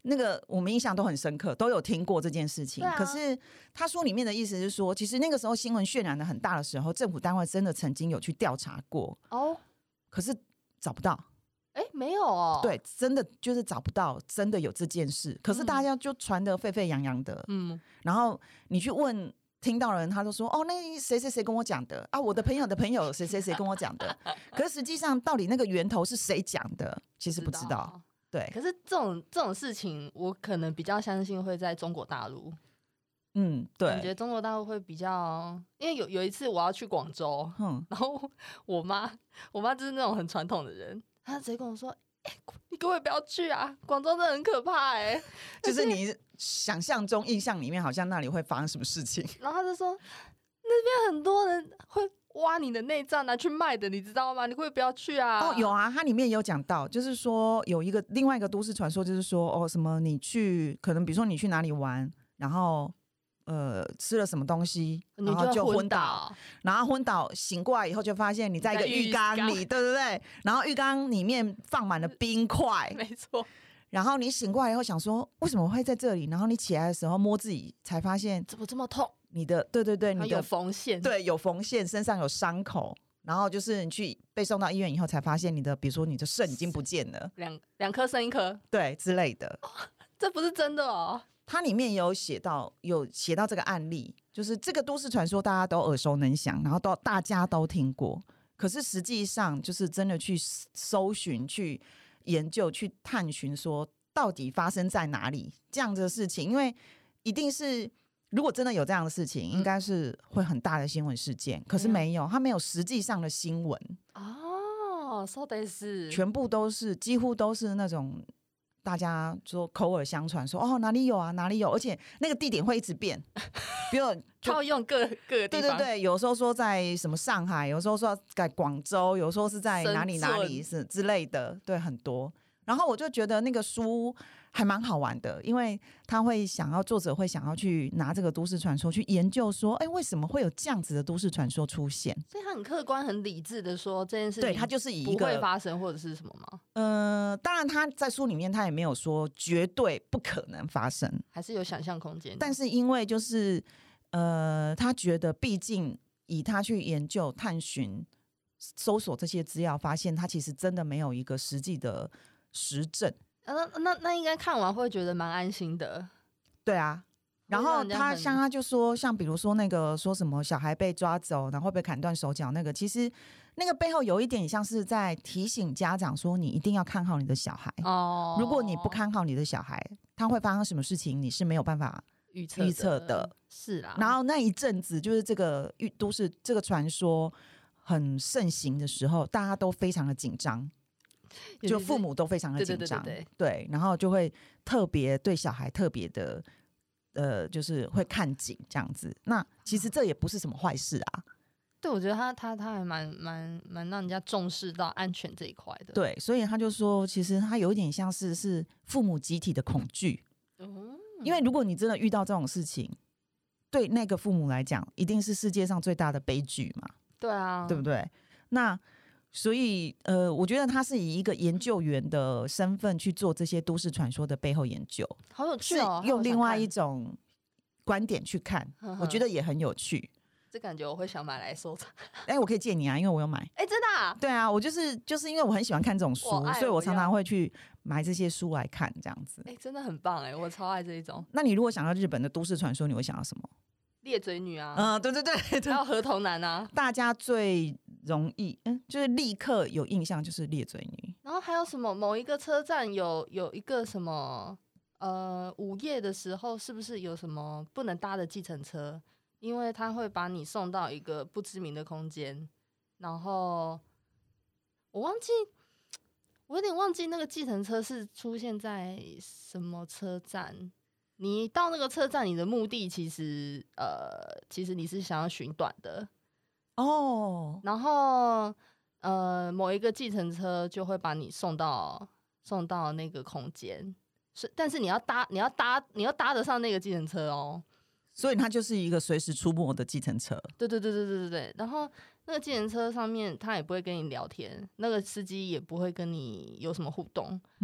那个我们印象都很深刻，都有听过这件事情。可是他书里面的意思是说，其实那个时候新闻渲染的很大的时候，政府单位真的曾经有去调查过可是找不到。 没有哦。 对，真的就是找不到，真的有这件事。可是大家就传得沸沸扬扬的，然后你去问听到的人，他都说那谁谁谁跟我讲的啊，我的朋友的朋友谁谁谁跟我讲的。可是实际上，到底那个源头是谁讲的，其实不知道。对， 可是这种事情，我可能比较相信会在中国大陆。 对， 感觉中国大陆会比较，因为有一次我要去广州，然后我妈就是那种很传统的人，她直接跟我说：“你可不可以不要去啊？广州真的很可怕就是你想象中、印象里面，好像那里会发生什么事情。” 然后她就说：“那边很多人会挖你的内脏拿去卖的，你知道吗？你可不可以不要去啊？” 有啊，它里面有讲到，就是说有另外一个都市传说，就是说什么你去，可能比如说你去哪里玩，然后吃了什么东西，然后就昏倒，然后昏倒醒过来以后就发现你在一个浴缸里，对不对？然后浴缸里面放满了冰块， 没错。 然后你醒过来以后想说为什么会在这里？然后你起来的时候摸自己才发现怎么这么痛？ 你的对，你的有缝线， 对，有缝线，身上有伤口。然后就是你去被送到医院以后才发现你的，比如说你的肾已经不见了， 两颗剩一颗， 对之类的。 这不是真的哦。 它里面有写到这个案例，就是这个都市传说大家都耳熟能详，然后大家都听过。可是实际上就是真的去搜寻、去研究、去探寻，说到底发生在哪里这样的事情，因为一定是。如果真的有这样的事情，应该是会很大的新闻事件。可是没有，它没有实际上的新闻そうです， 全部都是几乎都是那种大家说口耳相传说哪里有啊哪里有，而且那个地点会一直变，比如套用各个地方， 对，有时候说在什么上海，有时候说在广州，有时候是在哪里是之类的，对，很多。然后我就觉得那个书还蛮好玩的，因为作者会想要去拿这个都市传说去研究说，为什么会有这样子的都市传说出现？ 所以他很客观、很理智的说这件事情， 对，他就是以一个不会发生或者是什么吗？ 当然他在书里面他也没有说绝对不可能发生， 还是有想象空间。 但是因为就是他觉得，毕竟以他去研究、探寻、搜索这些资料，发现他其实真的没有一个实际的实证。 那应该看完会觉得蛮安心的。 对啊，然后他就说，像比如说那个说什么小孩被抓走，然后会被砍断手脚，那个其实那个背后有一点像是在提醒家长说，你一定要看好你的小孩。如果你不看好你的小孩，他会发生什么事情，你是没有办法预测的。 是啦。 然后那一阵子就是这个都市这个传说很盛行的时候，大家都非常的紧张。就父母都非常的紧张，对，然后就会特别对小孩特别的，就是会看紧这样子。那其实这也不是什么坏事啊。 对，我觉得他还蛮让人家重视到安全这一块的。 对，所以他就说，其实他有一点像是父母集体的恐惧。因为如果你真的遇到这种事情，对那个父母来讲，一定是世界上最大的悲剧嘛。 对啊， 对不对？那所以我觉得他是以一个研究员的身份去做这些都市传说的背后研究， 好有趣哦， 是用另外一种观点去看，我觉得也很有趣。 这感觉我会想买来收藏。 我可以借你啊，因为我有买。 真的啊？ 对啊，我就是因为我很喜欢看这种书，所以我常常会去买这些书来看，这样子。 真的很棒我超爱这一种。 那你如果想到日本的都市传说，你会想到什么？ 裂嘴女啊， 对， 还有河童男啊， 大家最容易就是立刻有印象就是裂嘴女。 然后还有什么？某一个车站有一个什么午夜的时候，是不是有什么不能搭的计程车？因为他会把你送到一个不知名的空间，然后我有点忘记那个计程车是出现在什么车站。你到那个车站，你的目的其实你是想要寻短的然后某一个计程车就会把你送到那个空间，但是你要搭得上那个计程车所以它就是一个随时出没的计程车。 对，然后那个计程车上面他也不会跟你聊天，那个司机也不会跟你有什么互动。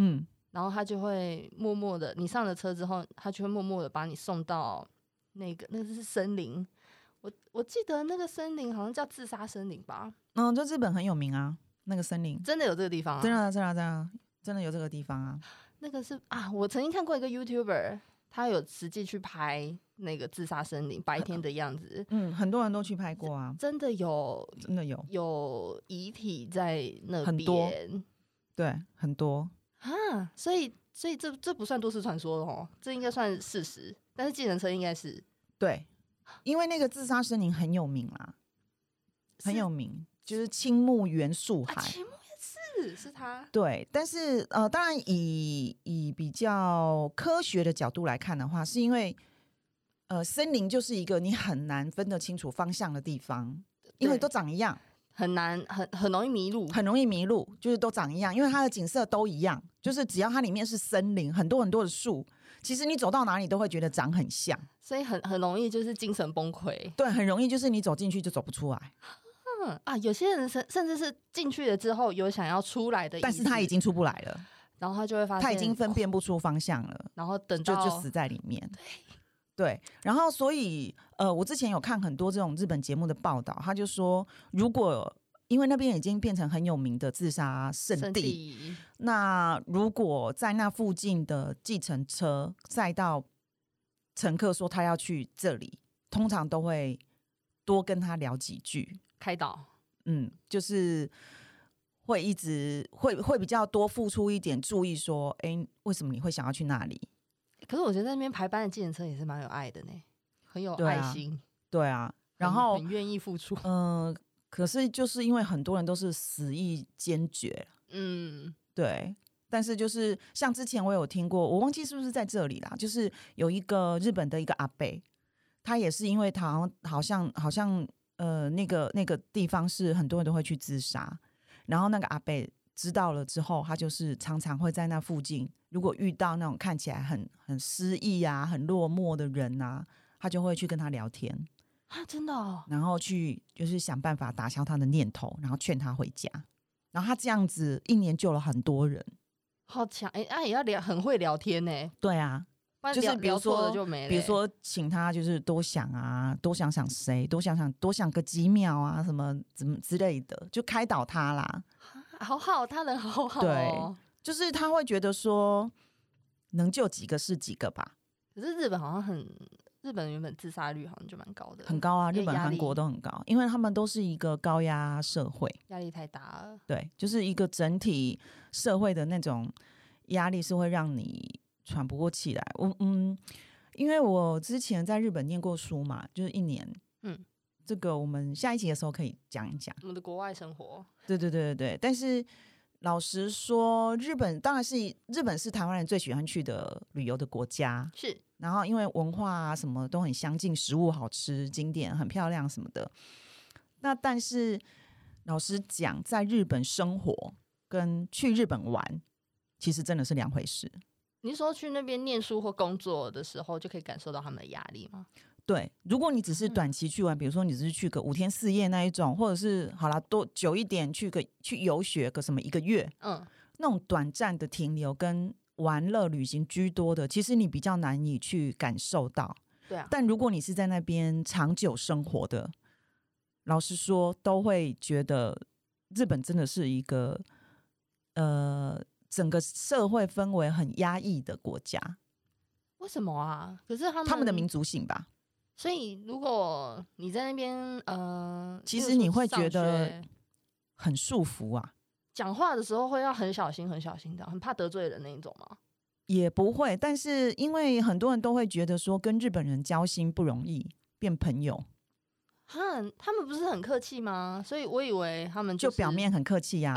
然后他就会默默的，你上了车之后，他就会默默的把你送到那个是森林。我记得那个森林好像叫自杀森林吧？ 就日本很有名啊，那个森林真的有这个地方啊？ 真的有这个地方啊。 那个是啊，我曾经看过一个 YouTuber， 他有实际去拍那个自杀森林白天的样子。 很多人都去拍过啊， 真的有遗体在那边， 很多，对，很多啊，所以这不算都市传说哦，这应该算事实。但是计程车应该是对，因为那个自杀森林很有名啦，很有名，就是青木原树海。 青木是他。 对，但是当然以比较科学的角度来看的话，是因为森林就是一个你很难分得清楚方向的地方，因为都长一样， 很难很容易迷路， 很容易迷路，就是都长一样，因为它的景色都一样，就是只要它里面是森林，很多很多的树，其实你走到哪里都会觉得长很像， 所以很容易就是精神崩溃。 对，很容易就是你走进去就走不出来。 有些人甚至是进去了之后有想要出来的意思， 但是他已经出不来了， 然后他就会发现他已经分辨不出方向了， 然后等到就死在里面。对，然后所以我之前有看很多这种日本节目的报道，他就说，如果因为那边已经变成很有名的自杀圣地，那如果在那附近的计程车载到乘客说他要去这里，通常都会多跟他聊几句， 开导， 就是会一直会比较多付出一点注意说，为什么你会想要去那里？ 可是我觉得在那边排班的计程车也是蛮有爱的呢，很有爱心。 对啊，然后很愿意付出。 可是就是因为很多人都是死意坚决，对。但是就是像之前我有听过，我忘记是不是在这里啦，就是有一个日本的一个阿伯，他也是因为他好像那个地方是很多人都会去自杀，然后那个阿伯知道了之后，他就是常常会在那附近，如果遇到那种看起来很失意啊、很落寞的人啊，他就会去跟他聊天啊，真的哦， 然后去就是想办法打消他的念头，然后劝他回家，然后他这样子1年救了很多人， 好强！也要很会聊天呢。 对啊，就是比如说比如说请他就是多想啊，多想想谁，多想个几秒啊，什么怎么之类的，就开导他啦。 好好，他人好好哦。 对，就是他会觉得说能救几个是几个吧。 可是日本原本自杀率好像就蛮高的， 很高啊，日本韩国都很高，因为他们都是一个高压社会， 压力太大了。 对，就是一个整体社会的那种压力是会让你喘不过气来。因为我之前在日本念过书嘛，就是1年，这个我们下一集的时候可以讲一讲我们的国外生活。 对，但是老实说，日本是台湾人最喜欢去的旅游的国家， 是。 然后因为文化啊什么都很相近，食物好吃，景点很漂亮什么的。那但是老实讲，在日本生活跟去日本玩，其实真的是2回事。 你说去那边念书或工作的时候，就可以感受到他们的压力吗？ 对，如果你只是短期去玩，比如说你只是去个5天4夜那一种，或者是好啦多久一点去游学个什么1个月，那种短暂的停留跟玩乐旅行居多的，其实你比较难以去感受到。 对啊。 但如果你是在那边长久生活的，老实说，都会觉得日本真的是一个整个社会氛围很压抑的国家。 为什么啊？可是他们的民族性吧。 所以如果你在那边其实你会觉得很束缚啊。 讲话的时候会要很小心很小心的，很怕得罪人那一种吗？ 也不会，但是因为很多人都会觉得说跟日本人交心不容易，变朋友。 他们不是很客气吗？所以我以为他们就表面很客气呀。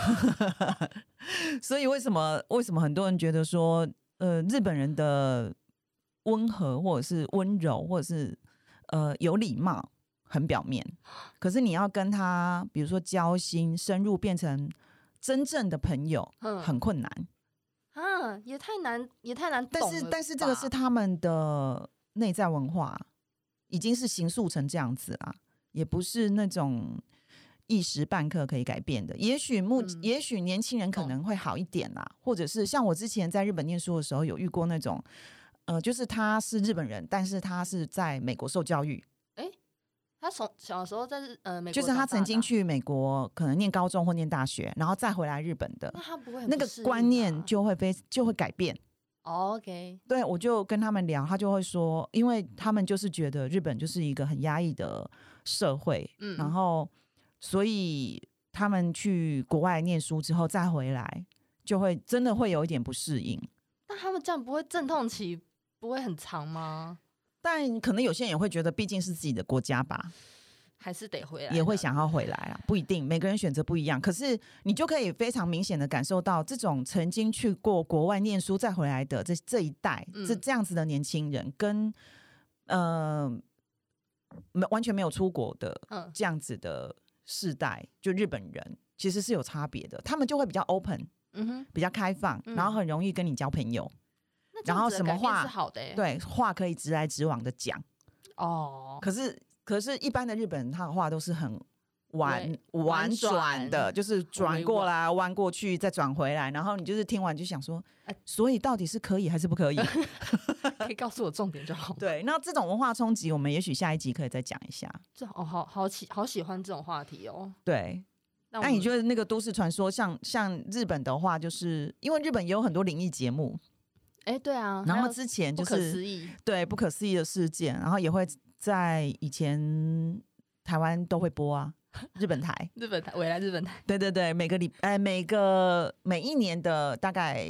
所以为什么很多人觉得说日本人的温和或者是温柔或者是有礼貌很表面，可是你要跟他比如说交心深入变成真正的朋友很困难也太难懂了。 但是这个是他们的内在文化，已经是形塑成这样子啦，也不是那种一时半刻可以改变的。也许也许年轻人可能会好一点啦，或者是像我之前在日本念书的时候，有遇过那种，就是他是日本人，但是他是在美国受教育。 他从小时候在美国， 就是他曾经去美国，可能念高中或念大学，然后再回来日本的， 那他不会那个观念就会改变。 OK， 对，我就跟他们聊，他就会说，因为他们就是觉得日本就是一个很压抑的社会，然后所以他们去国外念书之后再回来，就会真的会有一点不适应。 那他们这样不会阵痛期不会很长吗？ 但可能有些人也会觉得，毕竟是自己的国家吧， 还是得回来， 也会想要回来啦，不一定，每个人选择不一样。可是你就可以非常明显的感受到，这种曾经去过国外念书再回来的这一代，这样子的年轻人，跟完全没有出国的这样子的世代，就日本人其实是有差别的。他们就会比较 open，比较开放，然后很容易跟你交朋友。然后什么话是好的对，话可以直来直往的讲。可是一般的日本人，他的话都是很婉转的，就是转过来弯过去再转回来，然后你就是听完就想说，所以到底是可以还是不可以？ 可以告诉我重点就好。 对，那这种文化冲击，我们也许下一集可以再讲一下。 好喜欢这种话题哦。 对，那你觉得那个都市传说，像日本的话，就是因为日本也有很多灵异节目。 对啊， 然后之前就是不可思议，对不可思议的事件，然后也会在以前台湾都会播啊，日本台， 未来日本台， 对对对，每一年的大概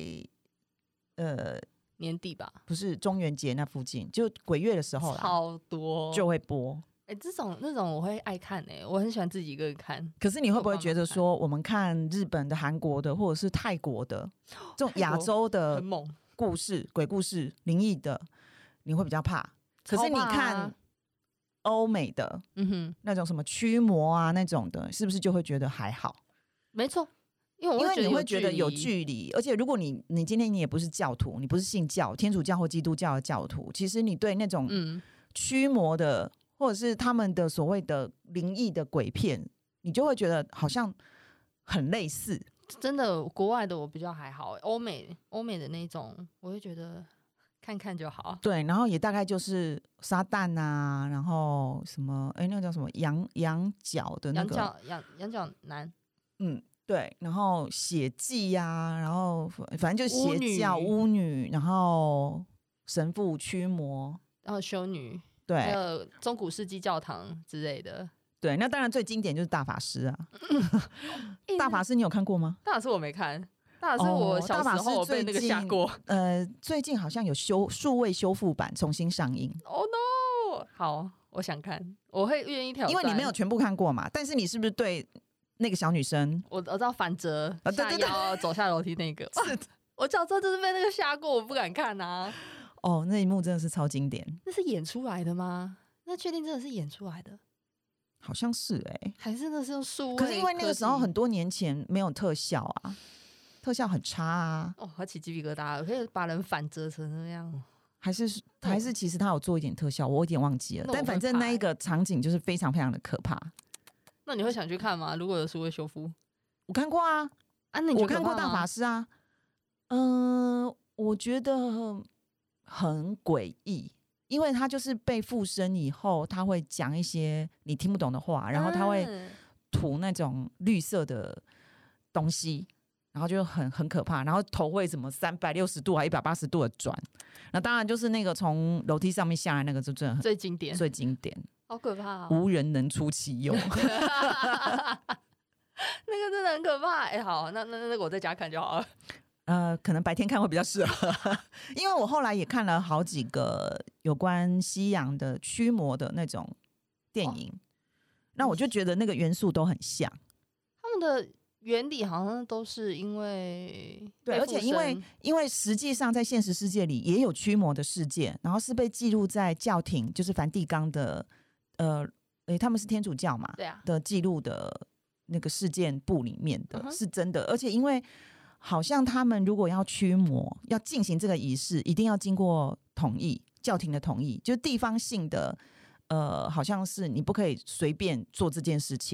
年底吧， 不是中元节那附近，就鬼月的时候啦， 超多就会播。 那种我会爱看我很喜欢自己一个人看。 可是你会不会觉得说，我们看日本的、韩国的，或者是泰国的这种亚洲的， 很猛。 故事、鬼故事、灵异的，你会比较怕。可是你看欧美的，那种什么驱魔啊那种的，是不是就会觉得还好？ 没错，因为你会觉得有距离。而且如果你今天你也不是教徒，你不是信教、天主教或基督教的教徒，其实你对那种驱魔的，或者是他们的所谓的灵异的鬼片，你就会觉得好像很类似。 真的，国外的我比较还好，欧美的那种，我会觉得看看就好。 对，然后也大概就是撒旦啊，然后什么，那个叫什么羊角的那个羊角男， 对，然后血祭啊，然后反正就邪教巫女，然后神父驱魔， 然后修女， 对， 还有中古世纪教堂之类的。 对，那当然最经典就是大法师啊。大法师你有看过吗？ 大法师我没看，大法师我小时候被那个吓过。 最近好像有数位修复版重新上映。 Oh no！ 好，我想看，我会愿意挑战。 因为你没有全部看过嘛，但是你是不是对那个小女生？ 我知道反折下腰走下楼梯那个。 是的， 我小时候就是被那个吓过，我不敢看啊。 那一幕真的是超经典。 那是演出来的吗？那确定真的是演出来的？ 好像是还是那是用数位？ 可是因为那个时候很多年前没有特效啊，特效很差啊。 我起鸡皮疙瘩了，可以把人反折成那样。 还是其实他有做一点特效，我有点忘记了。但反正那一个场景就是非常非常的可怕。 那你会想去看吗？如果有数位修复， 我看过啊。 那我看过大法师啊。我觉得很诡异。因为他就是被附身以后，他会讲一些你听不懂的话，然后他会吐那种绿色的东西，然后就很可怕，然后头会怎么360度还180度的转，那当然就是那个从楼梯上面下来那个就真的最经典，好可怕无人能出其右。那个真的很可怕。好，那个我在家看就好了。 可能白天看会比较适合。因为我后来也看了好几个有关西洋的驱魔的那种电影，那我就觉得那个元素都很像。 他们的原理好像都是因为对，而且因为实际上在现实世界里也有驱魔的事件，然后是被记录在教廷，就是梵蒂冈的他们是天主教嘛， 对啊， 的记录的那个事件簿里面的，是真的。而且因为好像他们如果要驱魔，要进行这个仪式，一定要经过同意，教廷的同意，就是地方性的，好像是你不可以随便做这件事情。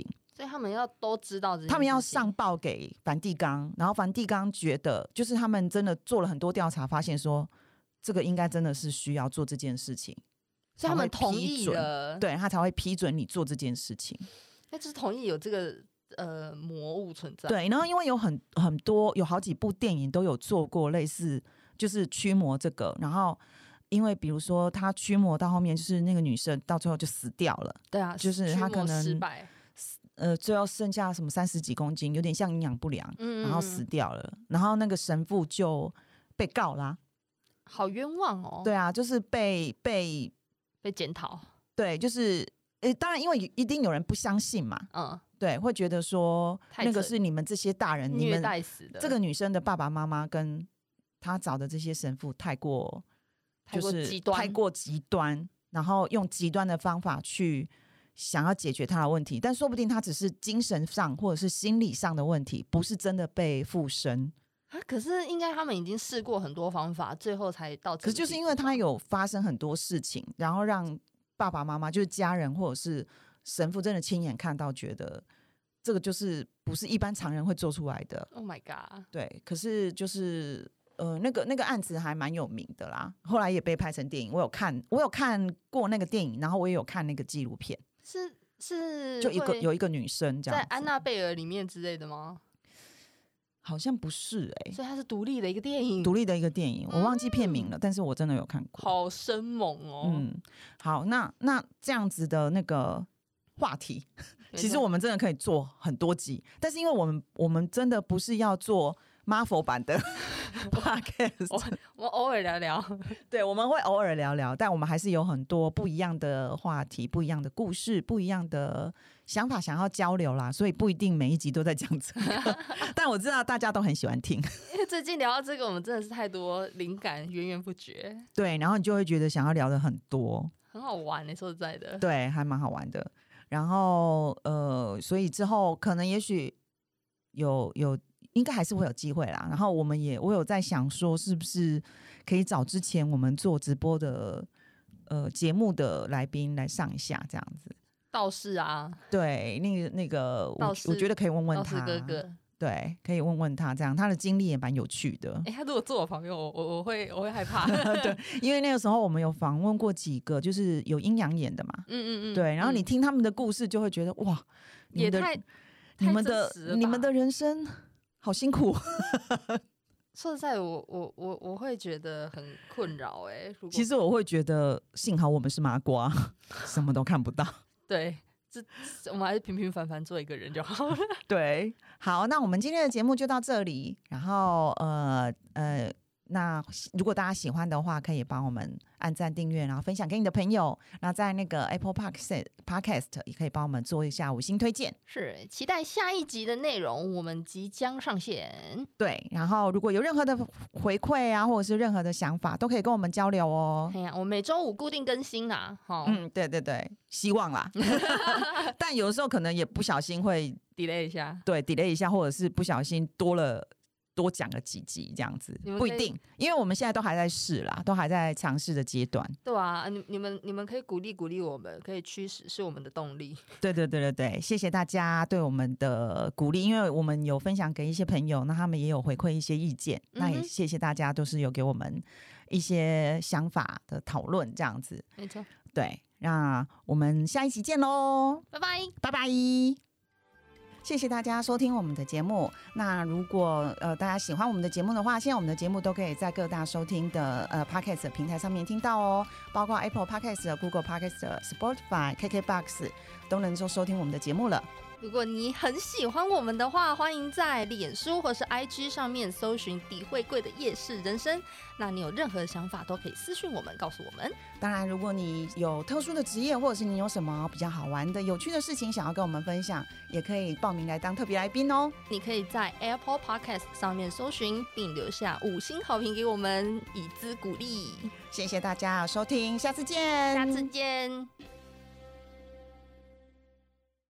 所以他们要都知道这件事情， 他们要上报给梵蒂冈，然后梵蒂冈觉得就是他们真的做了很多调查，发现说这个应该真的是需要做这件事情， 所以他们同意了， 对，他才会批准你做这件事情。 那就是同意有这个魔物存在。 对，然后因为有很多有好几部电影都有做过类似就是驱魔这个，然后因为比如说他驱魔到后面就是那个女生到最后就死掉了， 对啊， 就是他可能失败， 最后剩下什么30几公斤，有点像营养不良，然后死掉了，然后那个神父就被告啦， 好冤枉哦。 对啊，就是被检讨， 对，就是当然因为一定有人不相信嘛，对，会觉得说那个是你们这些大人虐待死的， 这个女生的爸爸妈妈跟他找的这些神父太过极端，然后用极端的方法去想要解决他的问题，但说不定他只是精神上或者是心理上的问题，不是真的被附身啊。可是应该他们已经试过很多方法，最后才到这个地步。 可是就是因为他有发生很多事情，然后让爸爸妈妈就是家人或者是神父真的亲眼看到，觉得这个就是不是一般常人会做出来的。 Oh my god。 对，可是就是那个案子还蛮有名的啦，后来也被拍成电影，我有看过那个电影，然后我也有看那个纪录片， 是就有一个女生这样在安娜贝尔里面之类的吗？ 好像不是所以它是独立的一个电影， 独立的一个电影，我忘记片名了，但是我真的有看过， 好生猛哦。 好，那这样子的那个话题，其实我们真的可以做很多集，但是因为我们真的不是要做Marvel 版的podcast， 我偶尔聊聊， 对，我们会偶尔聊聊，但我们还是有很多不一样的话题、不一样的故事、不一样的想法想要交流啦，所以不一定每一集都在讲这个，但我知道大家都很喜欢听， 因为最近聊到这个，我们真的是太多灵感源源不绝， 对，然后你就会觉得想要聊的很多， 很好玩说实在的， 对，还蛮好玩的。然后所以之后可能也许有应该还是会有机会啦。然后我有在想说，是不是可以找之前我们做直播的节目的来宾来上一下这样子。 道士啊， 对，那个我觉得可以问问他， 道士哥哥， 对，可以问问他，这样他的经历也蛮有趣的。 他如果坐我旁边，我会害怕。 对，因为那个时候我们有访问过几个，就是有阴阳眼的嘛，对，然后你听他们的故事，就会觉得哇， 也太你们的人生好辛苦。 说实在，我会觉得很困扰其实我会觉得，幸好我们是麻瓜，什么都看不到。对。 我们还是平平凡凡做一个人就好了。 对，好，那我们今天的节目就到这里。然后那如果大家喜欢的话，可以帮我们按赞、订阅，然后分享给你的朋友。那在那个 Apple Podcast 也可以帮我们做一下5星推荐。 是，期待下一集的内容，我们即将上线。 对，然后如果有任何的回馈啊，或者是任何的想法，都可以跟我们交流哦。 我每周5固定更新啦。 对对对，希望啦。但有的时候可能也不小心会 delay 一下， 对 delay 一下，或者是不小心多讲了几集这样子，不一定，因为我们现在都还在试啦，都还在尝试的阶段。 对啊，你们可以鼓励我们，可以驱使是我们的动力。 对对对对对，谢谢大家对我们的鼓励，因为我们有分享给一些朋友，那他们也有回馈一些意见，那也谢谢大家都是有给我们一些想法的讨论这样子。 没错， 对，那我们下一集见咯， 拜拜， 拜拜。谢谢大家收听我们的节目。那如果大家喜欢我们的节目的话，现在我们的节目都可以在各大收听的Podcast 平台上面听到哦，包括 Apple Podcast、Google Podcast、Spotify、KKBox 都能收听我们的节目了。 如果你很喜欢我们的话，欢迎在脸书或是 IG 上面搜寻底惠贵的夜市人生。那你有任何想法都可以私讯我们，告诉我们。 当然，如果你有特殊的职业，或者是你有什么比较好玩的、有趣的事情想要跟我们分享，也可以报名来当特别来宾哦。 你可以在 Apple Podcast 上面搜寻，并留下5星好评给我们，以资鼓励。 谢谢大家的收听，下次见。 下次见。